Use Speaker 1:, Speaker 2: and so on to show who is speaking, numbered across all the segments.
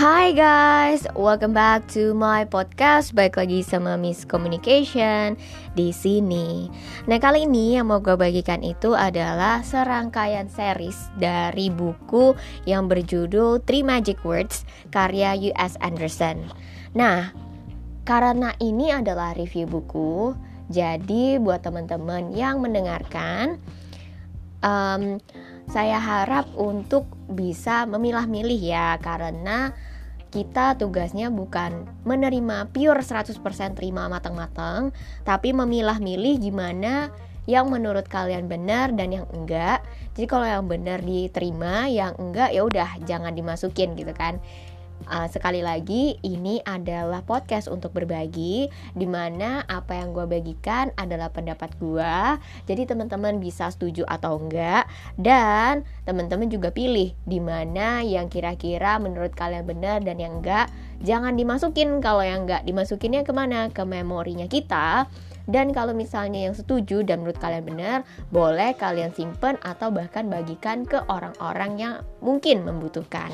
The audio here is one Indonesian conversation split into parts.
Speaker 1: Hai guys, welcome back to my podcast. Baik lagi sama Miss Communication di sini. Nah, kali ini yang mau gue bagikan itu adalah serangkaian series dari buku yang berjudul Three Magic Words karya U.S. Anderson. Nah, karena ini adalah review buku, jadi buat teman-teman yang mendengarkan, saya harap untuk bisa memilah-milih ya, karena kita tugasnya bukan menerima pure 100% terima matang-matang, tapi memilah-milih gimana yang menurut kalian benar dan yang enggak. Jadi kalau yang benar diterima, yang enggak ya udah jangan dimasukin gitu kan. Sekali lagi, ini adalah podcast untuk berbagi, dimana apa yang gue bagikan adalah pendapat gue. Jadi teman-teman bisa setuju atau enggak, dan teman-teman juga pilih dimana yang kira-kira menurut kalian benar dan yang enggak. Jangan dimasukin. Kalau yang enggak, dimasukinnya kemana? Ke memorinya kita. Dan kalau misalnya yang setuju dan menurut kalian benar, boleh kalian simpen atau bahkan bagikan ke orang-orang yang mungkin membutuhkan.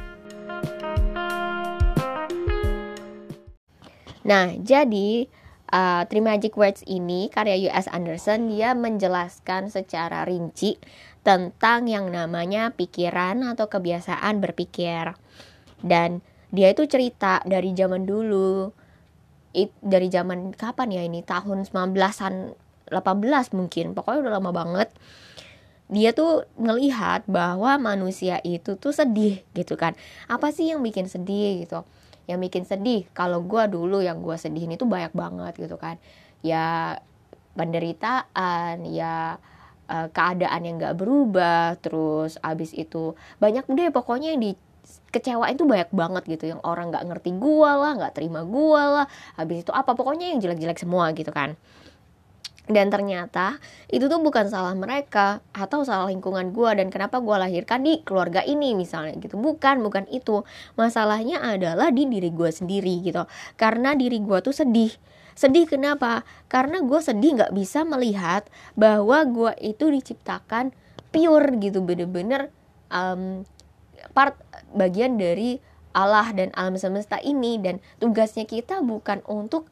Speaker 1: Nah, jadi Three Magic Words ini karya U.S. Anderson, dia menjelaskan secara rinci tentang yang namanya pikiran atau kebiasaan berpikir. Dan dia itu cerita dari zaman dulu, dari zaman kapan ya ini, tahun 19-an, 18 mungkin, pokoknya udah lama banget. Dia tuh ngelihat bahwa manusia itu tuh sedih gitu kan. Apa sih yang bikin sedih gitu? Yang bikin sedih, kalau gue dulu yang gue sedihin itu banyak banget gitu kan. Ya penderitaan, ya keadaan yang gak berubah. Terus abis itu banyak deh pokoknya yang dikecewain tuh banyak banget gitu. Yang orang gak ngerti gue lah, gak terima gue lah. Habis itu apa, pokoknya yang jelek-jelek semua gitu kan. Dan ternyata itu tuh bukan salah mereka atau salah lingkungan gue dan kenapa gue lahirkan di keluarga ini misalnya gitu. Bukan itu. Masalahnya adalah di diri gue sendiri gitu. Karena diri gue tuh sedih. Sedih kenapa? Karena gue sedih gak bisa melihat bahwa gue itu diciptakan pure gitu. Bener-bener part bagian dari Allah dan alam semesta ini. Dan tugasnya kita bukan untuk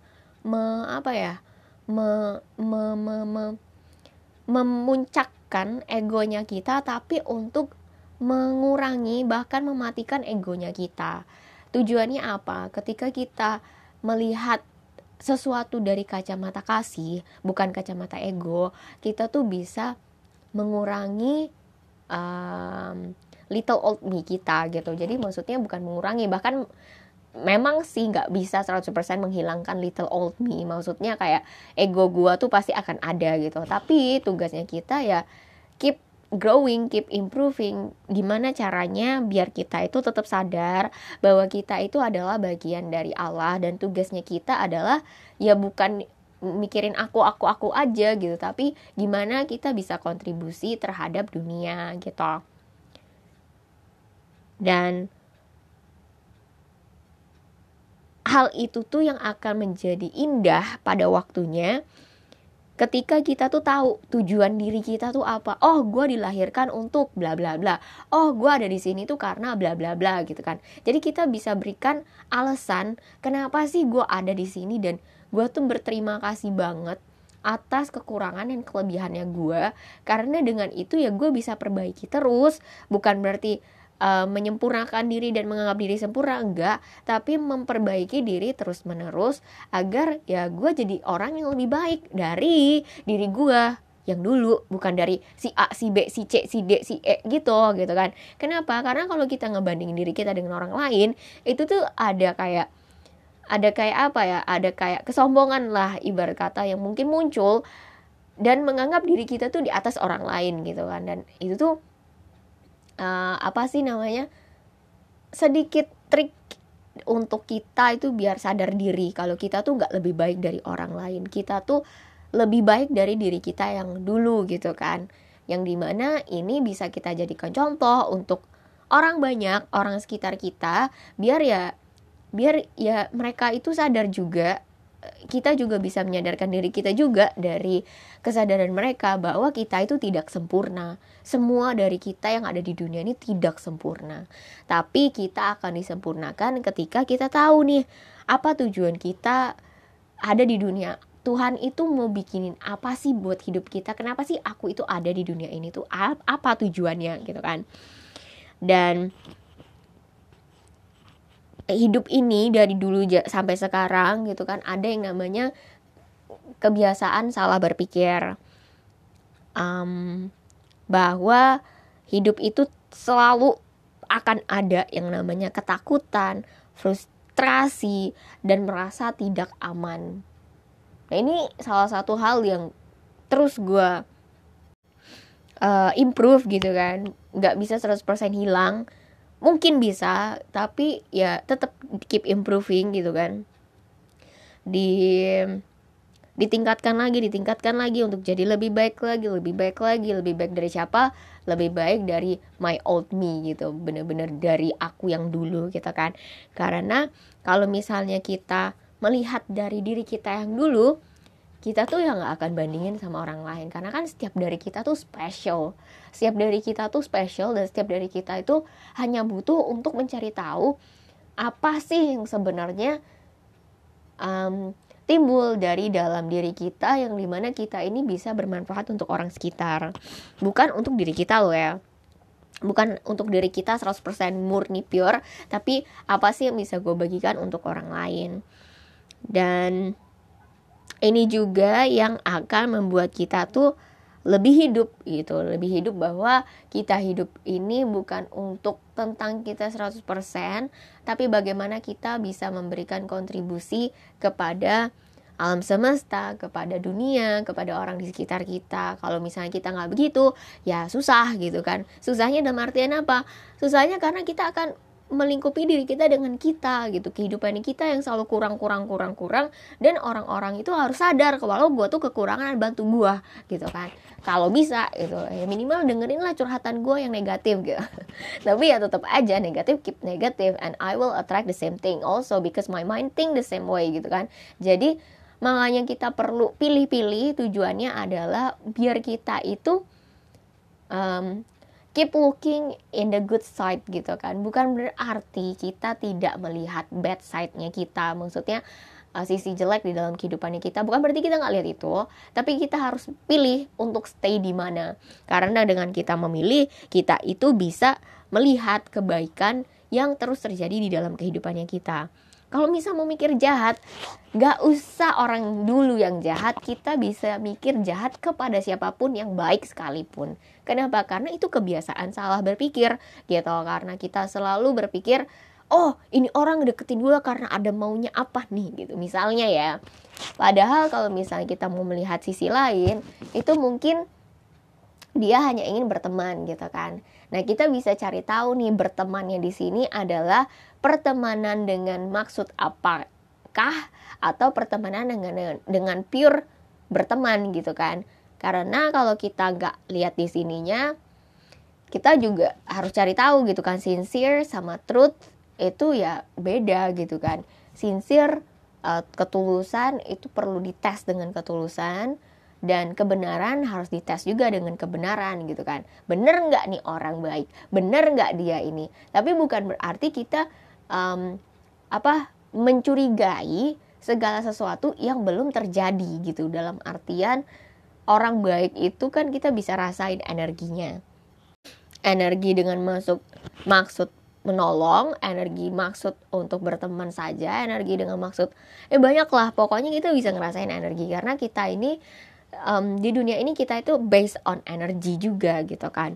Speaker 1: memuncakkan egonya kita, tapi untuk mengurangi bahkan mematikan egonya kita. Tujuannya apa? Ketika kita melihat sesuatu dari kacamata kasih, bukan kacamata ego, kita tuh bisa mengurangi little old me kita gitu. Jadi maksudnya bukan mengurangi, bahkan memang sih gak bisa 100% menghilangkan little old me. Maksudnya kayak ego gua tuh pasti akan ada gitu. Tapi tugasnya kita ya keep growing, keep improving. Gimana caranya biar kita itu tetap sadar bahwa kita itu adalah bagian dari Allah. Dan tugasnya kita adalah ya bukan mikirin aku aja gitu, tapi gimana kita bisa kontribusi terhadap dunia gitu. Dan hal itu tuh yang akan menjadi indah pada waktunya ketika kita tuh tahu tujuan diri kita tuh apa. Oh, gue dilahirkan untuk bla bla bla. Oh, gue ada di sini tuh karena bla bla bla gitu kan. Jadi kita bisa berikan alasan kenapa sih gue ada di sini, dan gue tuh berterima kasih banget atas kekurangan dan kelebihannya gue. Karena dengan itu ya gue bisa perbaiki terus. Bukan berarti menyempurnakan diri dan menganggap diri sempurna, enggak, tapi memperbaiki diri terus menerus agar ya gue jadi orang yang lebih baik dari diri gue yang dulu, bukan dari si A, si B, si C, si D, si E gitu kan. Kenapa? Karena kalau kita ngebandingin diri kita dengan orang lain, itu tuh ada kayak apa ya, ada kayak kesombongan lah ibarat kata yang mungkin muncul, dan menganggap diri kita tuh di atas orang lain gitu kan. Dan itu tuh sedikit trik untuk kita itu biar sadar diri kalau kita tuh gak lebih baik dari orang lain. Kita tuh lebih baik dari diri kita yang dulu gitu kan. Yang dimana ini bisa kita jadikan contoh untuk orang banyak, orang sekitar kita, biar ya mereka itu sadar juga kita juga bisa menyadarkan diri kita juga dari kesadaran mereka bahwa kita itu tidak sempurna. Semua dari kita yang ada di dunia ini tidak sempurna. Tapi kita akan disempurnakan ketika kita tahu nih apa tujuan kita ada di dunia. Tuhan itu mau bikinin apa sih buat hidup kita? Kenapa sih aku itu ada di dunia ini tuh? Apa tujuannya gitu kan? Dan hidup ini dari dulu sampai sekarang gitu kan, ada yang namanya kebiasaan salah berpikir, bahwa hidup itu selalu akan ada yang namanya ketakutan, frustrasi, dan merasa tidak aman. Nah ini salah satu hal yang terus gue improve gitu kan. Gak bisa 100% hilang, mungkin bisa, tapi ya tetap keep improving gitu kan. Ditingkatkan lagi untuk jadi lebih baik dari siapa? Lebih baik dari my old me gitu, bener-bener dari aku yang dulu gitu kan. Karena kalau misalnya kita melihat dari diri kita yang dulu, kita tuh yang gak akan bandingin sama orang lain. Karena kan setiap dari kita tuh special, dan setiap dari kita itu hanya butuh untuk mencari tahu apa sih yang sebenarnya timbul dari dalam diri kita, yang dimana kita ini bisa bermanfaat untuk orang sekitar. Bukan untuk diri kita loh ya, bukan untuk diri kita 100% murni pure, tapi apa sih yang bisa gue bagikan untuk orang lain. Dan ini juga yang akan membuat kita tuh lebih hidup gitu, lebih hidup, bahwa kita hidup ini bukan untuk tentang kita 100%, tapi bagaimana kita bisa memberikan kontribusi kepada alam semesta, kepada dunia, kepada orang di sekitar kita. Kalau misalnya kita nggak begitu, ya susah gitu kan. Susahnya dalam artian apa? Susahnya karena kita akan melingkupi diri kita dengan kita gitu, kehidupan kita yang selalu kurang, dan orang-orang itu harus sadar kalau gue tuh kekurangan, bantu gue gitu kan. Kalau bisa gitu ya, minimal dengerin lah curhatan gue yang negatif gitu. Tapi ya tetap aja negatif, keep negative, and I will attract the same thing also because my mind think the same way gitu kan. Jadi makanya kita perlu pilih-pilih, tujuannya adalah biar kita itu keep looking in the good side gitu kan. Bukan berarti kita tidak melihat bad side-nya kita, maksudnya sisi jelek di dalam kehidupannya kita. Bukan berarti kita nggak lihat itu, tapi kita harus pilih untuk stay di mana. Karena dengan kita memilih, kita itu bisa melihat kebaikan yang terus terjadi di dalam kehidupannya kita. Kalau misal mau mikir jahat, gak usah orang dulu yang jahat, kita bisa mikir jahat kepada siapapun yang baik sekalipun. Kenapa? Karena itu kebiasaan salah berpikir gitu. Karena kita selalu berpikir, oh ini orang deketin gue karena ada maunya apa nih gitu, misalnya ya. Padahal kalau misalnya kita mau melihat sisi lain, itu mungkin dia hanya ingin berteman gitu kan. Nah kita bisa cari tahu nih, bertemannya di sini adalah pertemanan dengan maksud apakah, atau pertemanan dengan pure berteman gitu kan. Karena kalau kita nggak lihat di sininya, kita juga harus cari tahu gitu kan. Sincere sama truth itu ya beda gitu kan. Sincere, ketulusan itu perlu dites dengan ketulusan, dan kebenaran harus dites juga dengan kebenaran gitu kan. Bener nggak nih orang baik, bener nggak dia ini. Tapi bukan berarti kita mencurigai segala sesuatu yang belum terjadi gitu. Dalam artian orang baik itu kan kita bisa rasain energinya. Energi dengan maksud menolong, energi maksud untuk berteman saja, energi dengan maksud banyak lah. Pokoknya kita bisa ngerasain energi, karena kita ini di dunia ini kita itu based on energy juga gitu kan.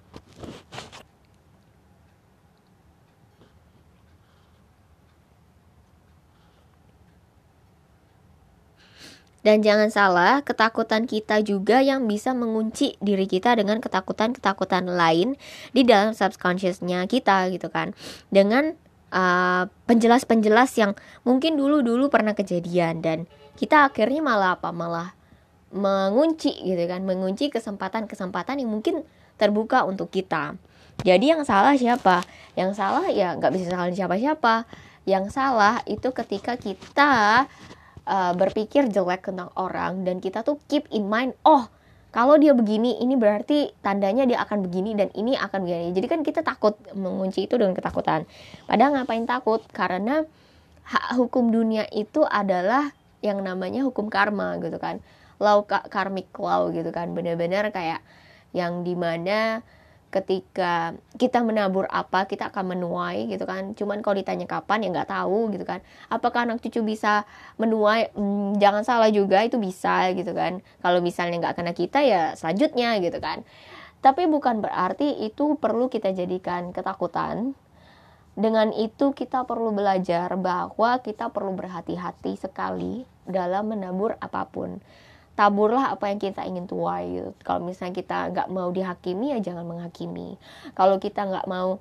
Speaker 1: Dan jangan salah, ketakutan kita juga yang bisa mengunci diri kita dengan ketakutan-ketakutan lain di dalam subconsciousnya kita gitu kan. Dengan penjelas-penjelas yang mungkin dulu pernah kejadian, dan kita akhirnya malah mengunci gitu kan, mengunci kesempatan-kesempatan yang mungkin terbuka untuk kita. Jadi yang salah siapa? Yang salah ya nggak bisa salahin siapa-siapa. Yang salah itu ketika kita berpikir jelek tentang orang, dan kita tuh keep in mind, oh kalau dia begini, ini berarti tandanya dia akan begini dan ini akan begini. Jadi kan kita takut, mengunci itu dengan ketakutan. Padahal ngapain takut? Karena hukum dunia itu adalah yang namanya hukum karma gitu kan. Law, karmic law gitu kan. Benar-benar kayak yang dimana ketika kita menabur apa, kita akan menuai gitu kan. Cuman kalau ditanya kapan, ya nggak tahu gitu kan. Apakah anak cucu bisa menuai? Jangan salah juga, itu bisa gitu kan. Kalau misalnya nggak kena kita, ya selanjutnya gitu kan. Tapi bukan berarti itu perlu kita jadikan ketakutan. Dengan itu kita perlu belajar bahwa kita perlu berhati-hati sekali dalam menabur apapun. Taburlah apa yang kita ingin tuai gitu. Kalau misalnya kita nggak mau dihakimi, ya jangan menghakimi. Kalau kita nggak mau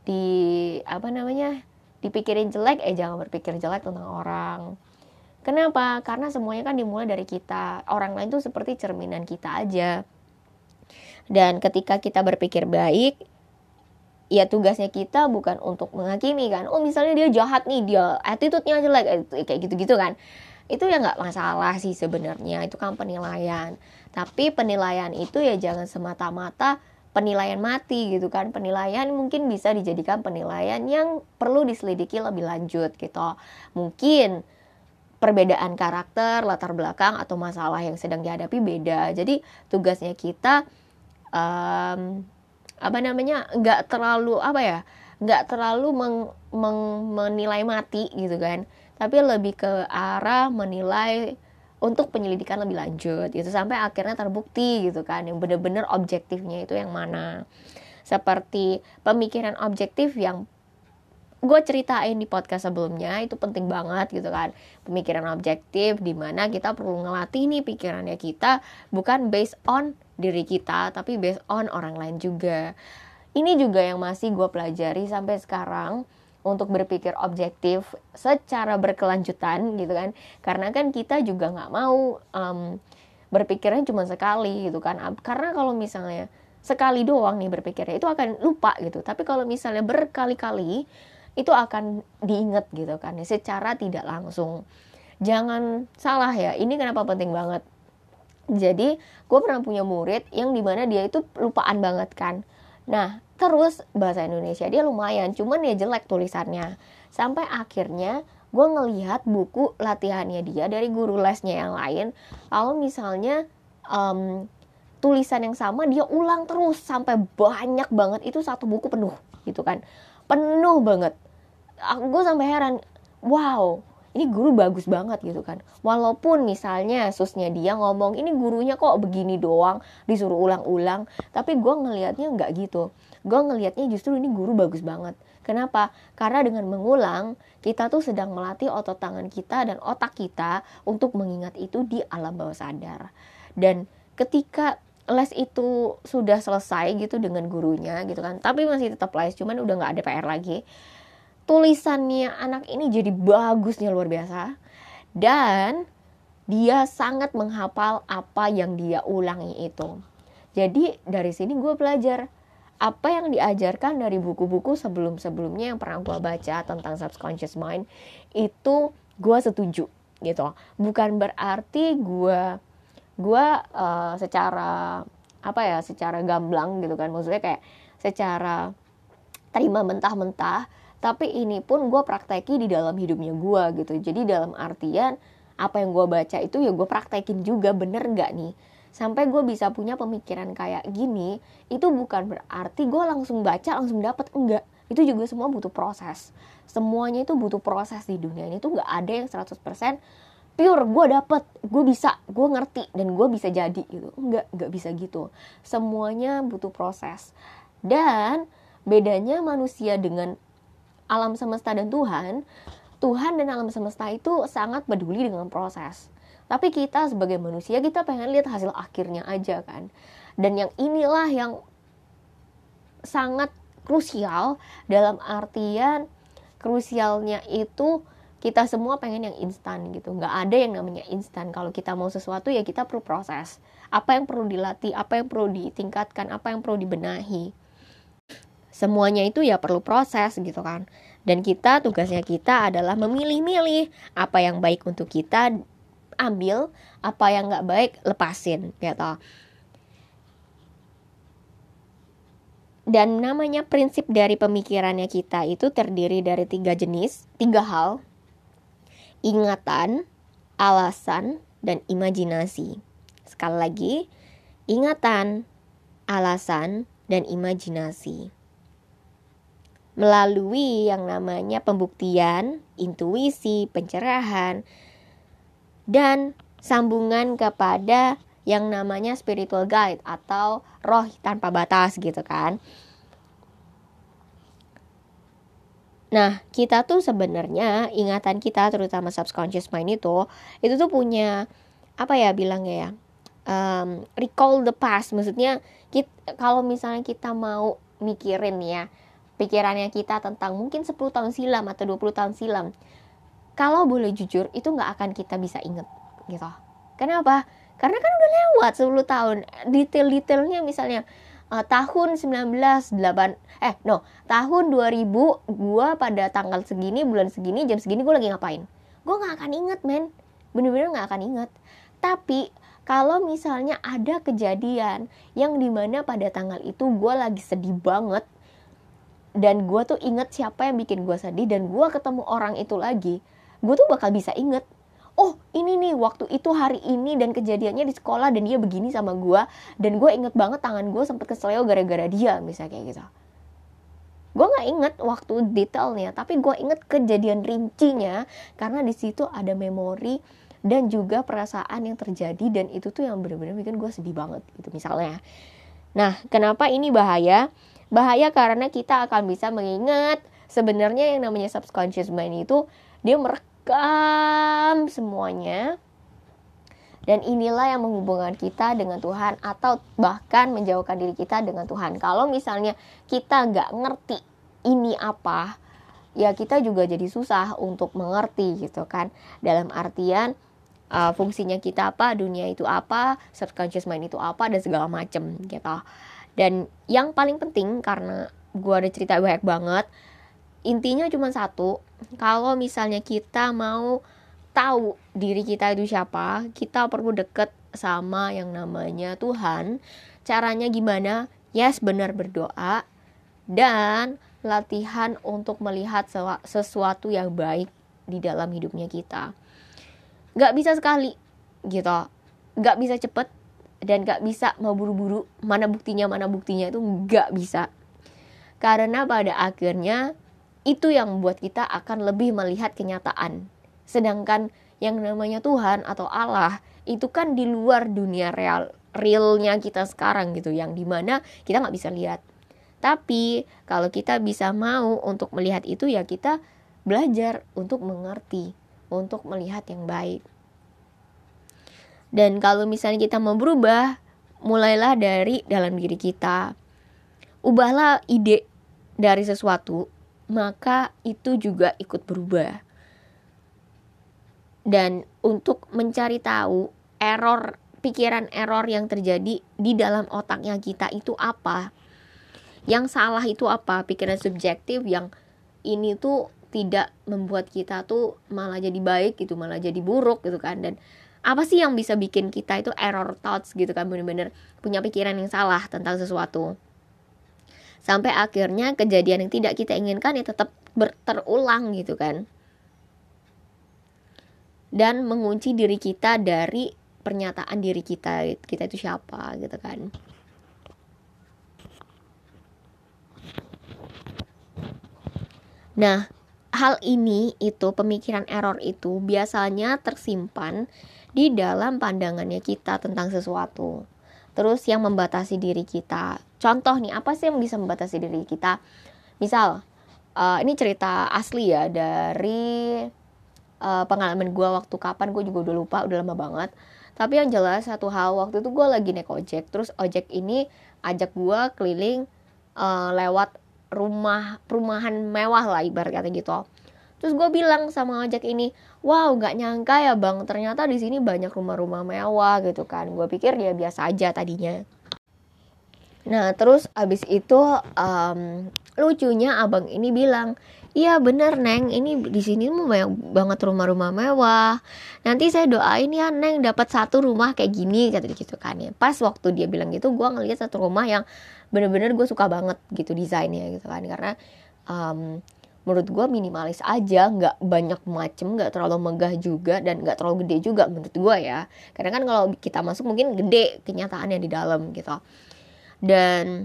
Speaker 1: dipikirin jelek, jangan berpikir jelek tentang orang. Kenapa? Karena semuanya kan dimulai dari kita. Orang lain tuh seperti cerminan kita aja. Dan ketika kita berpikir baik, ya tugasnya kita bukan untuk menghakimi kan. Oh misalnya dia jahat nih, dia attitude-nya jelek, kayak gitu-gitu kan. Itu ya nggak masalah sih sebenarnya, itu kan penilaian. Tapi penilaian itu ya jangan semata-mata penilaian mati gitu kan. Penilaian mungkin bisa dijadikan penilaian yang perlu diselidiki lebih lanjut gitu. Mungkin perbedaan karakter, latar belakang, atau masalah yang sedang dihadapi beda. Jadi tugasnya kita nggak terlalu menilai mati gitu kan. Tapi lebih ke arah menilai untuk penyelidikan lebih lanjut gitu, sampai akhirnya terbukti gitu kan, yang benar-benar objektifnya itu yang mana. Seperti pemikiran objektif yang gue ceritain di podcast sebelumnya, itu penting banget gitu kan. Pemikiran objektif dimana kita perlu ngelatih nih pikirannya kita, bukan based on diri kita, tapi based on orang lain juga. Ini juga yang masih gue pelajari sampai sekarang, untuk berpikir objektif secara berkelanjutan gitu kan. Karena kan kita juga nggak mau berpikirnya cuma sekali gitu kan. Karena kalau misalnya sekali doang nih berpikirnya, itu akan lupa gitu. Tapi kalau misalnya berkali-kali, itu akan diingat gitu kan, secara tidak langsung. Jangan salah ya, ini kenapa penting banget. Jadi gue pernah punya murid yang dimana dia itu lupaan banget kan. Nah terus bahasa Indonesia dia lumayan, cuman ya jelek tulisannya. Sampai akhirnya gue ngelihat buku latihannya dia dari guru lesnya yang lain. Kalau misalnya tulisan yang sama dia ulang terus sampai banyak banget, itu satu buku penuh gitu kan, penuh banget. Gue sampai heran, wow, ini guru bagus banget gitu kan. Walaupun misalnya susnya dia ngomong, ini gurunya kok begini doang, disuruh ulang-ulang. Tapi gue ngelihatnya nggak gitu. Gue ngelihatnya justru ini guru bagus banget. Kenapa? Karena dengan mengulang, kita tuh sedang melatih otot tangan kita dan otak kita untuk mengingat itu di alam bawah sadar. Dan ketika les itu sudah selesai gitu dengan gurunya gitu kan, tapi masih tetap les, cuman udah nggak ada PR lagi. Tulisannya anak ini jadi bagusnya luar biasa. Dan dia sangat menghafal apa yang dia ulangi itu. Jadi dari sini gue belajar apa yang diajarkan dari buku-buku sebelum-sebelumnya yang pernah gue baca tentang subconscious mind, itu gue setuju gitu. Bukan berarti gue secara gamblang gitu kan, maksudnya kayak secara terima mentah-mentah. Tapi ini pun gue prakteki di dalam hidupnya gue gitu. Jadi dalam artian apa yang gue baca itu ya gue praktekin juga, bener gak nih. Sampai gue bisa punya pemikiran kayak gini, itu bukan berarti gue langsung baca langsung dapet, enggak. Itu juga semua butuh proses. Semuanya itu butuh proses di dunia ini tuh gak ada yang 100% pure gue dapet, gue bisa, gue ngerti, dan gue bisa jadi gitu. Enggak bisa gitu. Semuanya butuh proses. Dan bedanya manusia dengan alam semesta dan Tuhan dan alam semesta itu sangat peduli dengan proses. Tapi kita sebagai manusia, kita pengen lihat hasil akhirnya aja kan. Dan yang inilah yang sangat krusial, dalam artian krusialnya itu kita semua pengen yang instan gitu. Gak ada yang namanya instan. Kalau kita mau sesuatu ya kita perlu proses. Apa yang perlu dilatih, apa yang perlu ditingkatkan, apa yang perlu dibenahi. Semuanya itu ya perlu proses gitu kan. Dan tugasnya kita adalah memilih-milih apa yang baik untuk kita ambil, apa yang nggak baik lepasin gitu. Dan namanya prinsip dari pemikirannya kita itu terdiri dari 3 hal: ingatan, alasan, dan imajinasi. Sekali lagi, ingatan, alasan, dan imajinasi. Melalui yang namanya pembuktian, intuisi, pencerahan, dan sambungan kepada yang namanya spiritual guide atau roh tanpa batas gitu kan. Nah, kita tuh sebenarnya ingatan kita, terutama subconscious mind itu tuh punya apa ya bilangnya ya, recall the past. Maksudnya kalau misalnya kita mau mikirin ya pikirannya kita tentang mungkin 10 tahun silam atau 20 tahun silam, kalau boleh jujur itu gak akan kita bisa inget gitu. Kenapa? Karena kan udah lewat 10 tahun. Detail-detailnya misalnya tahun 2000 gue pada tanggal segini, bulan segini, jam segini gue lagi ngapain, gue gak akan inget men, bener-bener gak akan inget. Tapi kalau misalnya ada kejadian yang dimana pada tanggal itu gue lagi sedih banget, dan gue tuh inget siapa yang bikin gue sedih, dan gue ketemu orang itu lagi, gue tuh bakal bisa inget, oh ini nih waktu itu hari ini dan kejadiannya di sekolah dan dia begini sama gue, dan gue inget banget tangan gue sempet kesleo gara-gara dia, misalnya kayak gitu. Gue nggak inget waktu detailnya, tapi gue inget kejadian rincinya karena di situ ada memori dan juga perasaan yang terjadi, dan itu tuh yang benar-benar bikin gue sedih banget gitu misalnya. Nah, kenapa ini bahaya? Bahaya karena kita akan bisa mengingat sebenarnya yang namanya subconscious mind itu dia merekam semuanya, dan inilah yang menghubungkan kita dengan Tuhan atau bahkan menjauhkan diri kita dengan Tuhan. Kalau misalnya kita nggak ngerti ini apa, ya kita juga jadi susah untuk mengerti gitu kan. Dalam artian fungsinya kita apa, dunia itu apa, subconscious mind itu apa, dan segala macem gitu. Dan yang paling penting, karena gue ada cerita banyak banget, intinya cuma satu. Kalau misalnya kita mau tahu diri kita itu siapa, kita perlu deket sama yang namanya Tuhan. Caranya gimana? Yes, benar berdoa dan latihan untuk melihat sesuatu yang baik di dalam hidupnya kita. Gak bisa sekali gitu, gak bisa cepet, dan gak bisa mau buru-buru, mana buktinya itu gak bisa. Karena pada akhirnya itu yang membuat kita akan lebih melihat kenyataan. Sedangkan yang namanya Tuhan atau Allah itu kan di luar dunia realnya kita sekarang gitu, yang dimana kita gak bisa lihat. Tapi kalau kita bisa mau untuk melihat itu, ya kita belajar untuk mengerti, untuk melihat yang baik. Dan kalau misalnya kita mau berubah, mulailah dari dalam diri kita. Ubahlah ide dari sesuatu, maka itu juga ikut berubah. Dan untuk mencari tahu pikiran error yang terjadi di dalam otaknya kita itu apa, yang salah itu apa, pikiran subjektif yang ini tuh tidak membuat kita tuh malah jadi baik gitu, malah jadi buruk gitu kan. Dan apa sih yang bisa bikin kita itu error thoughts gitu kan, bener-bener punya pikiran yang salah tentang sesuatu, sampai akhirnya kejadian yang tidak kita inginkan ya tetap terulang gitu kan, dan mengunci diri kita dari pernyataan diri kita itu siapa gitu kan. Nah, hal ini itu pemikiran error itu biasanya tersimpan di dalam pandangannya kita tentang sesuatu. Terus yang membatasi diri kita. Contoh nih, apa sih yang bisa membatasi diri kita? Misal, ini cerita asli ya dari pengalaman gue waktu kapan, gue juga udah lupa, udah lama banget. Tapi yang jelas satu hal, waktu itu gue lagi naik ojek. Terus ojek ini ajak gue keliling lewat perumahan mewah lah ibarat kata gitu. Terus gue bilang sama ojek ini, wow gak nyangka ya bang, ternyata di sini banyak rumah-rumah mewah gitu kan. Gue pikir ya biasa aja tadinya. Nah terus abis itu lucunya abang ini bilang, iya bener Neng, ini di sini mah banyak banget rumah-rumah mewah. Nanti saya doain ya Neng dapat satu rumah kayak gini, kata dia gitu kan ya. Pas waktu dia bilang gitu, gue ngeliat satu rumah yang bener-bener gue suka banget gitu desainnya gitu kan. Karena menurut gue minimalis aja, nggak banyak macem, nggak terlalu megah juga dan nggak terlalu gede juga menurut gue ya. Karena kan kalau kita masuk mungkin gede kenyataannya di dalam gitu. Dan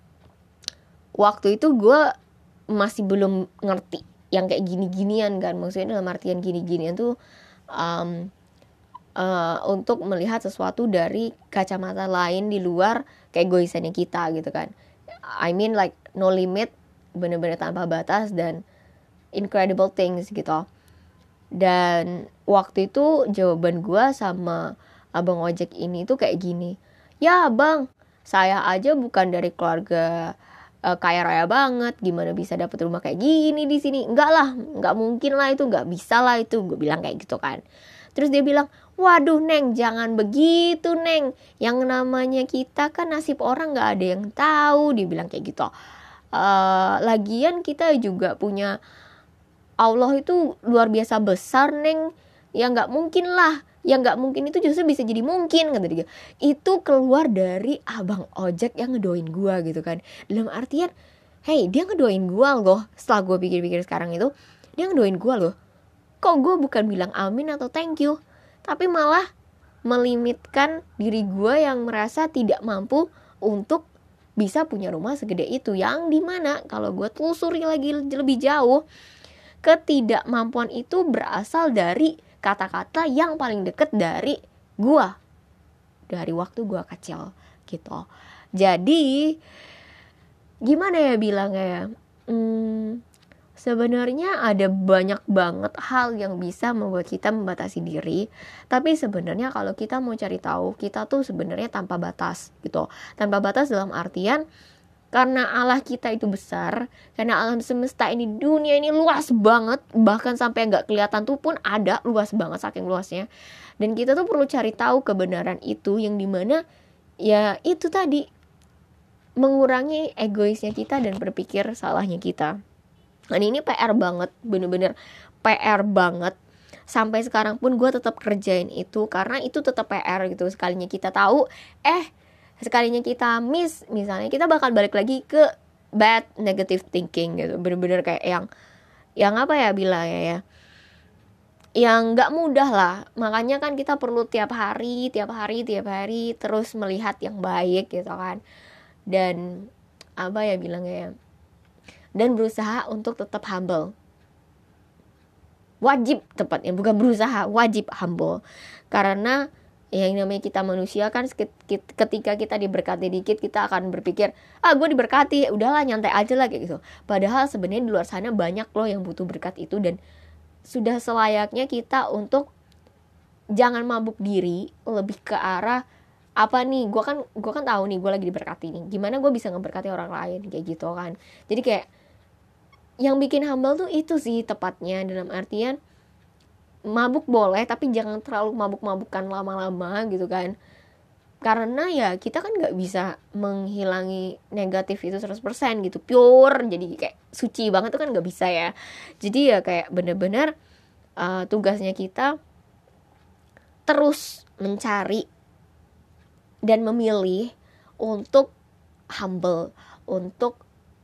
Speaker 1: waktu itu gue masih belum ngerti yang kayak gini-ginian kan, maksudnya dalam artian gini-ginian tuh um, untuk melihat sesuatu dari kacamata lain di luar keegoisannya kita gitu kan. I mean like no limit, bener-bener tanpa batas dan incredible things gitu. Dan waktu itu jawaban gue sama abang ojek ini tuh kayak gini, ya bang, saya aja bukan dari keluarga kaya raya banget, gimana bisa dapet rumah kayak gini di sini? Enggak lah, enggak mungkin lah itu, enggak bisa lah itu, gue bilang kayak gitu kan. Terus dia bilang, waduh Neng, jangan begitu Neng, yang namanya kita kan nasib orang nggak ada yang tahu, dia bilang kayak gitu. Lagian kita juga punya Allah itu luar biasa besar Neng, ya nggak mungkin lah, yang nggak mungkin itu justru bisa jadi mungkin, kata dia. Itu keluar dari abang ojek yang ngedoain gue gitu kan, dalam artian hey, dia ngedoain gue loh. Setelah gue pikir-pikir sekarang itu, dia ngedoain gue loh. Kok gue bukan bilang amin atau thank you, tapi malah melimitkan diri gue yang merasa tidak mampu untuk bisa punya rumah segede itu, yang dimana kalau gue telusuri lagi lebih jauh, ketidakmampuan itu berasal dari kata-kata yang paling deket dari gua, dari waktu gua kecil gitu. Jadi gimana ya bilangnya ya, sebenarnya ada banyak banget hal yang bisa membuat kita membatasi diri. Tapi sebenarnya kalau kita mau cari tahu, kita tuh sebenarnya tanpa batas gitu. Tanpa batas dalam artian karena Allah kita itu besar, karena alam semesta ini, dunia ini luas banget, bahkan sampai nggak kelihatan tuh pun ada, luas banget saking luasnya. Dan kita tuh perlu cari tahu kebenaran itu, yang dimana ya itu tadi, mengurangi egoisnya kita dan berpikir salahnya kita. Dan ini PR banget, bener-bener PR banget. Sampai sekarang pun gue tetap kerjain itu, karena itu tetap PR gitu. Sekalinya kita tahu, sekalinya kita miss, misalnya kita bakal balik lagi ke bad negative thinking gitu, bener-bener kayak yang apa ya bilangnya ya, yang nggak mudah lah. Makanya kan kita perlu tiap hari terus melihat yang baik gitu kan, dan apa ya bilangnya ya, dan berusaha untuk tetap humble. Wajib, tepatnya bukan berusaha, wajib humble. Karena yang namanya kita manusia kan, ketika kita diberkati dikit, kita akan berpikir, gue diberkati, udahlah nyantai aja lah kayak gitu. Padahal sebenarnya di luar sana banyak loh yang butuh berkat itu, dan sudah selayaknya kita untuk jangan mabuk diri, lebih ke arah apa nih, gue kan tahu nih gue lagi diberkati nih, gimana gue bisa ngeberkati orang lain kayak gitu kan. Jadi kayak yang bikin humble tuh itu sih tepatnya, dalam artian mabuk boleh, tapi jangan terlalu mabuk-mabukan lama-lama gitu kan. Karena ya kita kan gak bisa menghilangi negatif itu 100% gitu, pure, jadi kayak suci banget tuh kan gak bisa ya. Jadi ya kayak bener-bener tugasnya kita terus mencari dan memilih untuk humble, untuk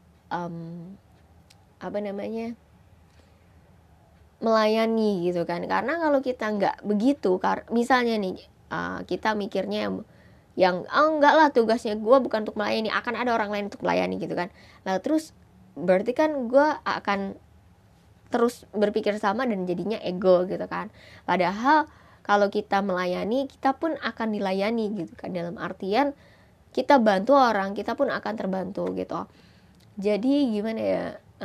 Speaker 1: melayani gitu kan. Karena kalau kita nggak begitu, misalnya nih kita mikirnya yang enggak lah, tugasnya gue bukan untuk melayani, akan ada orang lain untuk melayani gitu kan. Nah terus berarti kan gue akan terus berpikir sama dan jadinya ego gitu kan. Padahal kalau kita melayani, kita pun akan dilayani gitu kan, dalam artian kita bantu orang, kita pun akan terbantu gitu. Jadi gimana ya,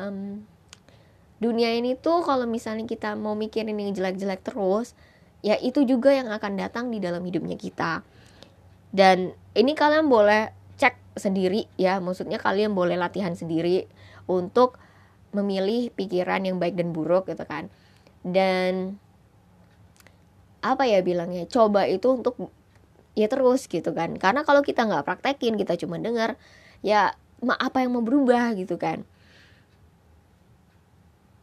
Speaker 1: dunia ini tuh kalau misalnya kita mau mikirin yang jelek-jelek terus, ya itu juga yang akan datang di dalam hidupnya kita. Dan ini kalian boleh cek sendiri ya, maksudnya kalian boleh latihan sendiri untuk memilih pikiran yang baik dan buruk gitu kan. Dan apa ya bilangnya, coba itu untuk ya terus gitu kan. Karena kalau kita nggak praktekin, kita cuma dengar, ya apa yang mau berubah gitu kan.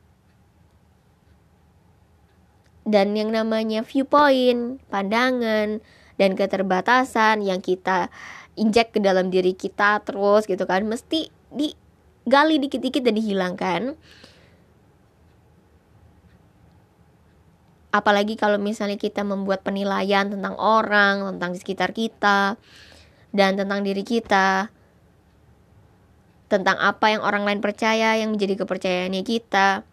Speaker 1: Dan yang namanya viewpoint, pandangan, dan keterbatasan yang kita injek ke dalam diri kita terus gitu kan, mesti digali dikit-dikit dan dihilangkan. Apalagi kalau misalnya kita membuat penilaian tentang orang, tentang sekitar kita, dan tentang diri kita, tentang apa yang orang lain percaya yang menjadi kepercayaannya kita.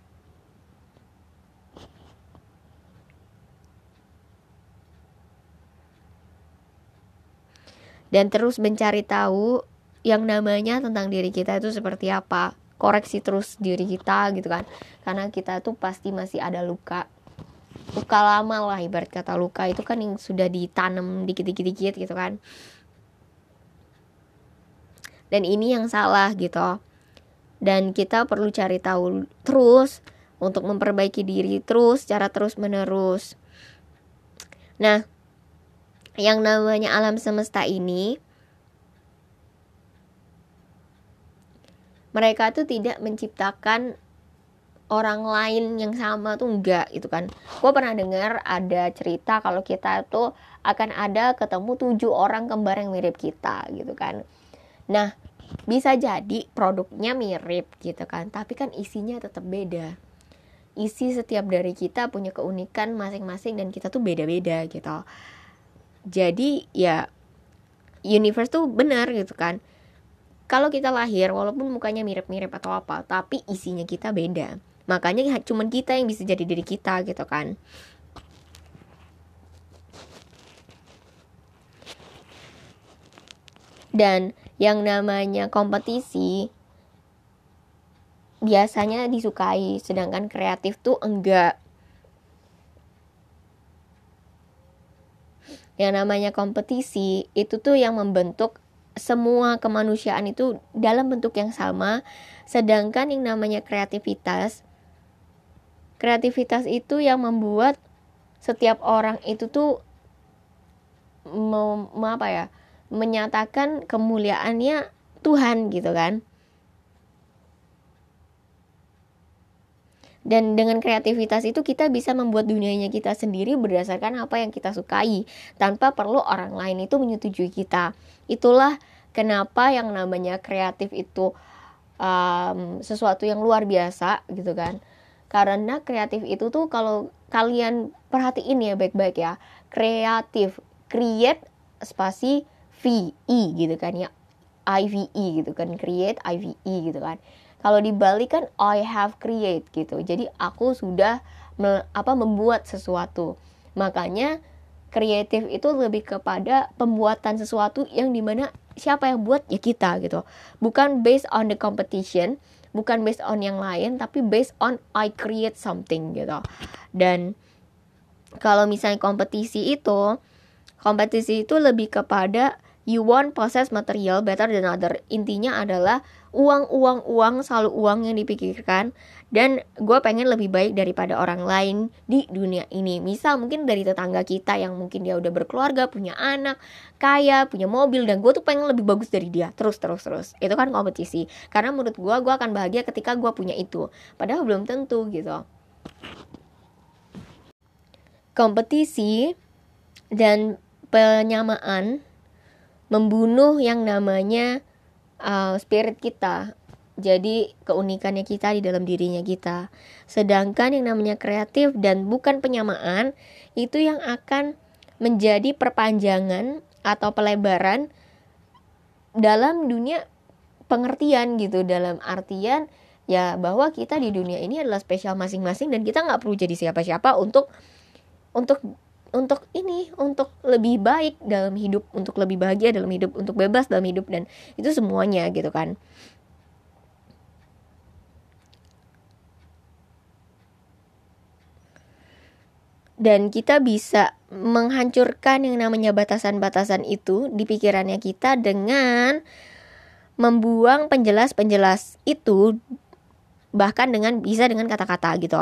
Speaker 1: Dan terus mencari tahu yang namanya tentang diri kita itu seperti apa. Koreksi terus diri kita gitu kan. Karena kita tuh pasti masih ada luka lama lah, ibarat kata luka itu kan yang sudah ditanam dikit-dikit gitu kan. Dan ini yang salah gitu. Dan kita perlu cari tahu terus untuk memperbaiki diri terus secara terus menerus. Nah, yang namanya alam semesta ini, mereka tuh tidak menciptakan orang lain yang sama tuh enggak gitu kan. Gue pernah dengar ada cerita kalau kita tuh akan ada ketemu 7 orang kembar yang mirip kita gitu kan. Nah, bisa jadi produknya mirip gitu kan, tapi kan isinya tetap beda. Isi setiap dari kita punya keunikan masing-masing dan kita tuh beda-beda gitu. Jadi ya universe tuh benar gitu kan. Kalau kita lahir walaupun mukanya mirip-mirip atau apa, tapi isinya kita beda. Makanya cuman kita yang bisa jadi diri kita gitu kan. Dan yang namanya kompetisi biasanya disukai, sedangkan kreatif tuh enggak. Yang namanya kompetisi itu tuh yang membentuk semua kemanusiaan itu dalam bentuk yang sama. Sedangkan yang namanya kreativitas itu yang membuat setiap orang itu tuh menyatakan kemuliaannya Tuhan gitu kan. Dan dengan kreativitas itu kita bisa membuat dunianya kita sendiri berdasarkan apa yang kita sukai, tanpa perlu orang lain itu menyetujui kita. Itulah kenapa yang namanya kreatif itu sesuatu yang luar biasa gitu kan. Karena kreatif itu tuh kalau kalian perhatiin ya baik-baik ya, kreatif, create spasi VE gitu kan ya, IVE gitu kan, create IVE gitu kan. Kalau dibalik kan I have create gitu. Jadi aku sudah membuat sesuatu. Makanya kreatif itu lebih kepada pembuatan sesuatu yang dimana siapa yang buat ya kita gitu. Bukan based on the competition, bukan based on yang lain, tapi based on I create something gitu. Dan kalau misalnya kompetisi itu lebih kepada you want possess material better than other. Intinya adalah uang, selalu uang yang dipikirkan. Dan gue pengen lebih baik daripada orang lain di dunia ini. Misal mungkin dari tetangga kita yang mungkin dia udah berkeluarga, punya anak, kaya, punya mobil, dan gue tuh pengen lebih bagus dari dia. Terus. Itu kan kompetisi. Karena menurut gue akan bahagia ketika gue punya itu. Padahal belum tentu gitu. Kompetisi dan penyamaan membunuh yang namanya spirit kita. Jadi keunikannya kita di dalam dirinya kita. Sedangkan yang namanya kreatif dan bukan penyamaan itu yang akan menjadi perpanjangan atau pelebaran dalam dunia pengertian gitu. Dalam artian ya bahwa kita di dunia ini adalah spesial masing-masing dan kita gak perlu jadi siapa-siapa untuk lebih baik dalam hidup, untuk lebih bahagia dalam hidup, untuk bebas dalam hidup, dan itu semuanya gitu kan. Dan kita bisa menghancurkan yang namanya batasan-batasan itu di pikirannya kita dengan membuang penjelas-penjelas itu, bahkan bisa dengan kata-kata gitu.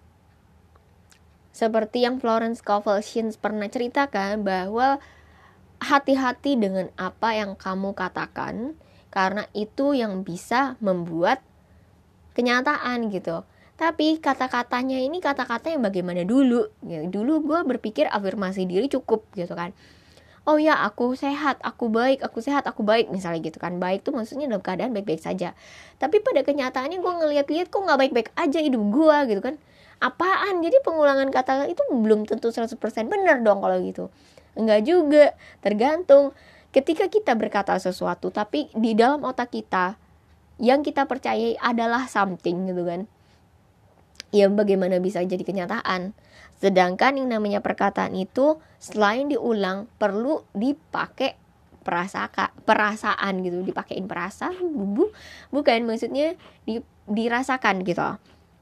Speaker 1: Seperti yang Florence Scovel Shins pernah ceritakan bahwa hati-hati dengan apa yang kamu katakan, karena itu yang bisa membuat kenyataan gitu. Tapi kata-katanya ini kata-kata yang bagaimana dulu ya, dulu gue berpikir afirmasi diri cukup gitu kan. Oh ya, aku sehat, aku baik, aku sehat, aku baik, misalnya gitu kan. Baik tuh maksudnya dalam keadaan baik-baik saja. Tapi pada kenyataannya gue ngeliat-liat kok gak baik-baik aja hidup gue gitu kan. Apaan? Jadi pengulangan kata itu belum tentu 100% benar dong kalau gitu. Enggak juga, tergantung. Ketika kita berkata sesuatu tapi di dalam otak kita yang kita percayai adalah something gitu kan, ya bagaimana bisa jadi kenyataan. Sedangkan yang namanya perkataan itu selain diulang perlu dipakai perasaan gitu, dipakein perasaan, bukan maksudnya dirasakan gitu.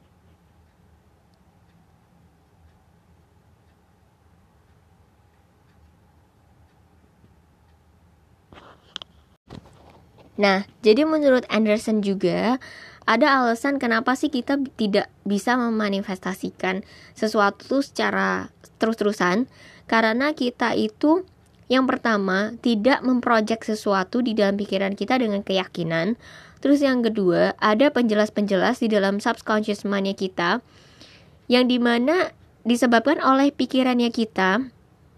Speaker 1: Nah, jadi menurut Anderson juga ada alasan kenapa sih kita tidak bisa memanifestasikan sesuatu secara terus-terusan. Karena kita itu yang pertama tidak memprojek sesuatu di dalam pikiran kita dengan keyakinan. Terus yang kedua, ada penjelas-penjelas di dalam subconscious mind kita yang dimana disebabkan oleh pikirannya kita.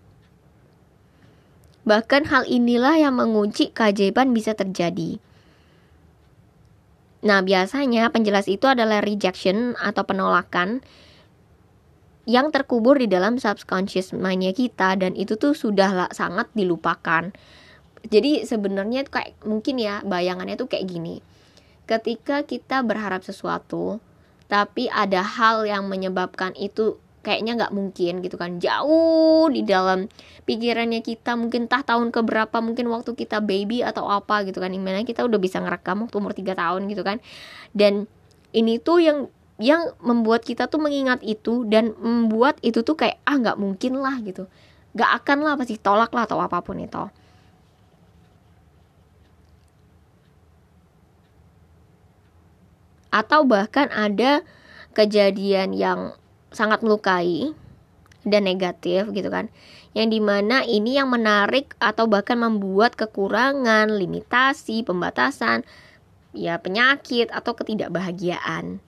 Speaker 1: Bahkan hal inilah yang mengunci keajaiban bisa terjadi. Nah, biasanya penjelas itu adalah rejection atau penolakan yang terkubur di dalam subconscious mind-nya kita, dan itu tuh sudah sangat dilupakan. Jadi sebenarnya kayak mungkin ya bayangannya tuh kayak gini. Ketika kita berharap sesuatu, tapi ada hal yang menyebabkan itu kayaknya nggak mungkin gitu kan, jauh di dalam pikirannya kita, mungkin entah tahun keberapa, mungkin waktu kita baby atau apa gitu kan, dimana kita udah bisa ngerekam waktu umur 3 tahun gitu kan. Dan ini tuh yang membuat kita tuh mengingat itu dan membuat itu tuh kayak nggak mungkin lah gitu, nggak akan lah, pasti tolak lah atau apapun itu. Atau bahkan ada kejadian yang sangat melukai dan negatif gitu kan, yang dimana ini yang menarik atau bahkan membuat kekurangan, limitasi, pembatasan, ya penyakit atau ketidakbahagiaan.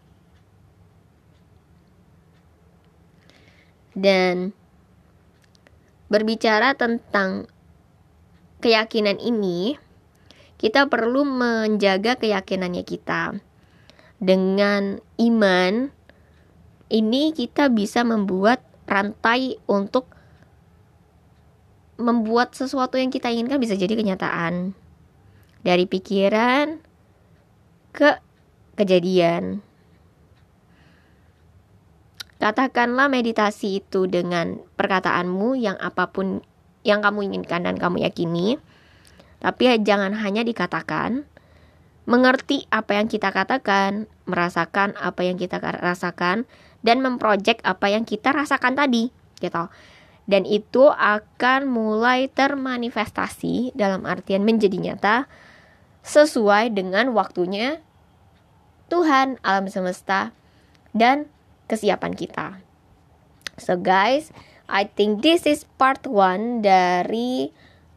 Speaker 1: Dan berbicara tentang keyakinan ini, kita perlu menjaga keyakinannya kita. Dengan iman ini kita bisa membuat rantai untuk membuat sesuatu yang kita inginkan bisa jadi kenyataan. Dari pikiran ke kejadian. Katakanlah meditasi itu dengan perkataanmu yang apapun yang kamu inginkan dan kamu yakini. Tapi jangan hanya dikatakan. Mengerti apa yang kita katakan, merasakan apa yang kita rasakan, dan memprojek apa yang kita rasakan tadi gitu. Dan itu akan mulai termanifestasi dalam artian menjadi nyata sesuai dengan waktunya Tuhan, alam semesta, dan kesiapan kita. So guys, I think this is part 1 dari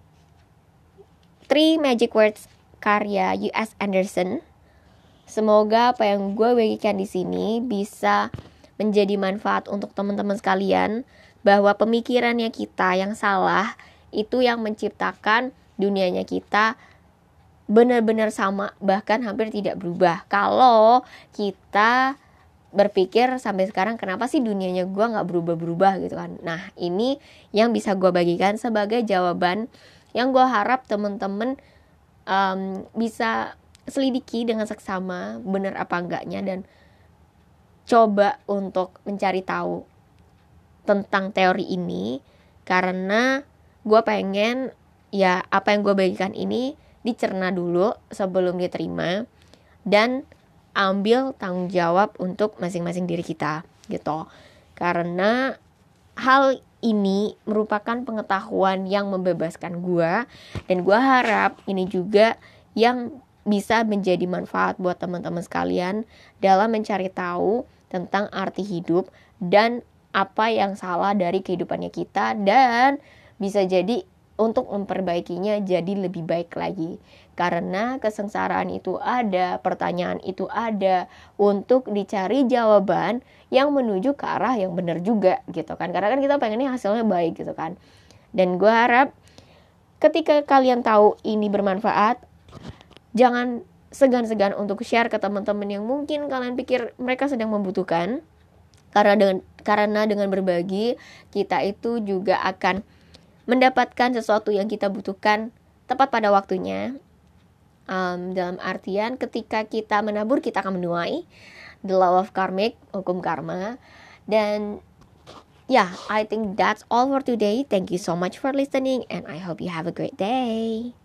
Speaker 1: 3 Magic Words karya U.S. Anderson. Semoga apa yang gue bagikan di sini bisa menjadi manfaat untuk teman-teman sekalian, bahwa pemikirannya kita yang salah itu yang menciptakan dunianya kita benar-benar sama, bahkan hampir tidak berubah. Kalau kita berpikir sampai sekarang kenapa sih dunianya gue gak berubah-berubah gitu kan. Nah ini yang bisa gue bagikan sebagai jawaban yang gue harap teman-teman bisa selidiki dengan seksama benar apa enggaknya, dan coba untuk mencari tahu tentang teori ini, karena gue pengen ya apa yang gue bagikan ini dicerna dulu sebelum diterima, dan ambil tanggung jawab untuk masing-masing diri kita gitu. Karena hal ini merupakan pengetahuan yang membebaskan gue, dan gue harap ini juga yang bisa menjadi manfaat buat teman-teman sekalian dalam mencari tahu tentang arti hidup dan apa yang salah dari kehidupannya kita, dan bisa jadi untuk memperbaikinya jadi lebih baik lagi. Karena kesengsaraan itu ada, pertanyaan itu ada, untuk dicari jawaban yang menuju ke arah yang benar juga gitu kan. Karena kan kita pengennya hasilnya baik gitu kan. Dan gue harap ketika kalian tahu ini bermanfaat, jangan segan-segan untuk share ke teman-teman yang mungkin kalian pikir mereka sedang membutuhkan. Karena dengan berbagi, kita itu juga akan mendapatkan sesuatu yang kita butuhkan tepat pada waktunya. Dalam artian ketika kita menabur, kita akan menuai. The law of karmic, hukum karma. Dan I think that's all for today. Thank you so much for listening, and I hope you have a great day.